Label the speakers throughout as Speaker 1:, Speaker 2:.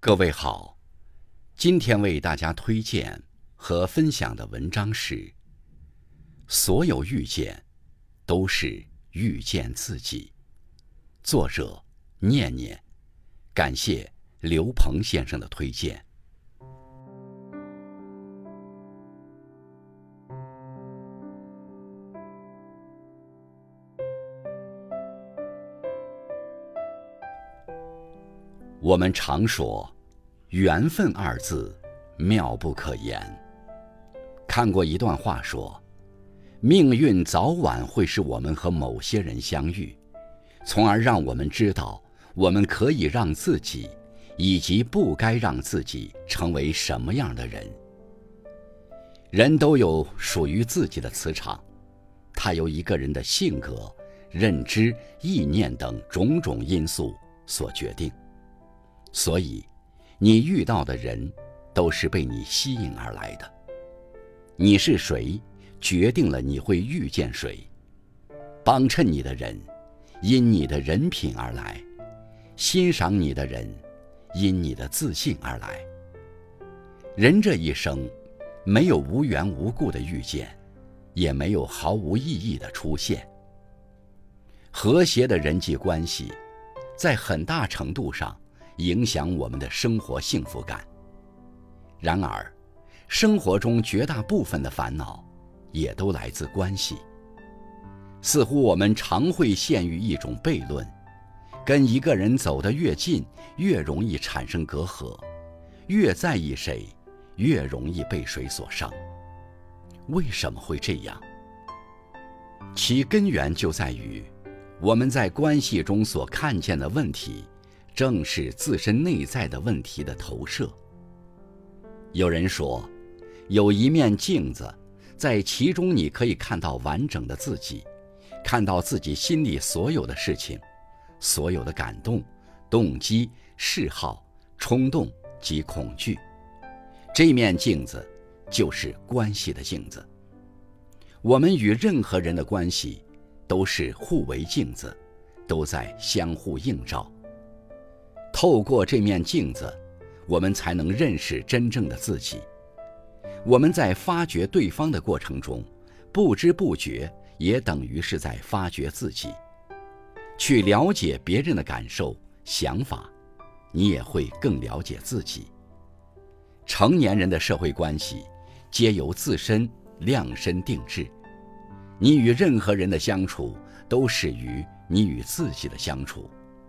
Speaker 1: 各位好，今天为大家推荐和分享的文章是：所有遇见，都是遇见自己。作者念念，感谢刘鹏先生的推荐。我们常说缘分二字妙不可言。看过一段话说，命运早晚会使我们和某些人相遇，从而让我们知道我们可以让自己以及不该让自己成为什么样的人。人都有属于自己的磁场，它由一个人的性格、认知、意念等种种因素所决定。所以你遇到的人都是被你吸引而来的。你是谁，决定了你会遇见谁。帮衬你的人因你的人品而来，欣赏你的人因你的自信而来。人这一生没有无缘无故的遇见，也没有毫无意义的出现。和谐的人际关系在很大程度上影响我们的生活幸福感。然而，生活中绝大部分的烦恼也都来自关系。似乎我们常会陷于一种悖论：跟一个人走得越近，越容易产生隔阂；越在意谁，越容易被谁所伤。为什么会这样？其根源就在于我们在关系中所看见的问题正是自身内在的问题的投射。有人说，有一面镜子，在其中你可以看到完整的自己，看到自己心里所有的事情，所有的感动、动机、嗜好、冲动及恐惧。这面镜子就是关系的镜子。我们与任何人的关系都是互为镜子，都在相互映照。透过这面镜子，我们才能认识真正的自己。我们在发掘对方的过程中，不知不觉也等于是在发掘自己。去了解别人的感受、想法，你也会更了解自己。成年人的社会关系皆由自身量身定制。你与任何人的相处，都始于你与自己的相处。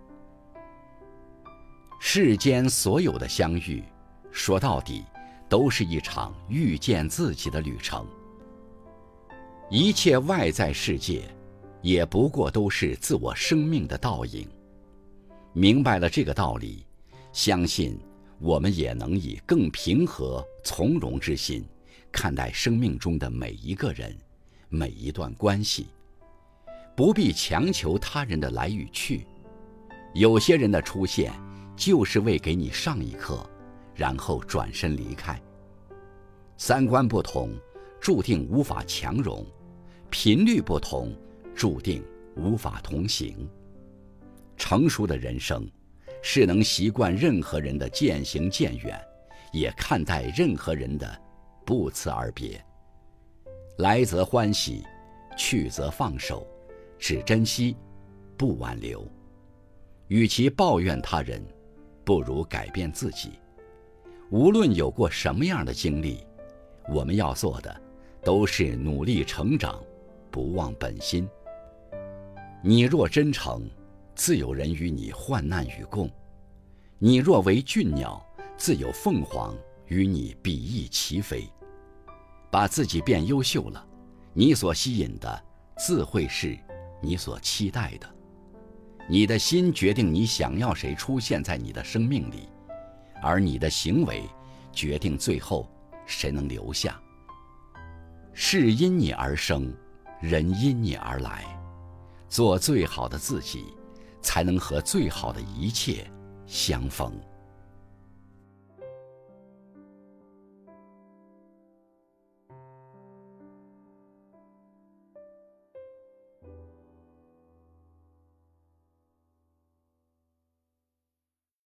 Speaker 1: 世间所有的相遇，说到底都是一场遇见自己的旅程。一切外在世界也不过都是自我生命的倒影。明白了这个道理，相信我们也能以更平和从容之心看待生命中的每一个人、每一段关系，不必强求他人的来与去。有些人的出现就是为给你上一课，然后转身离开。三观不同，注定无法强融；频率不同，注定无法同行。成熟的人生是能习惯任何人的渐行渐远，也看待任何人的不辞而别。来则欢喜，去则放手，只珍惜，不挽留。与其抱怨他人，不如改变自己。无论有过什么样的经历，我们要做的都是努力成长，不忘本心。你若真诚，自有人与你患难与共；你若为俊鸟，自有凤凰与你比翼齐飞。把自己变优秀了，你所吸引的自会是你所期待的。你的心决定你想要谁出现在你的生命里，而你的行为决定最后谁能留下。事因你而生，人因你而来。做最好的自己，才能和最好的一切相逢。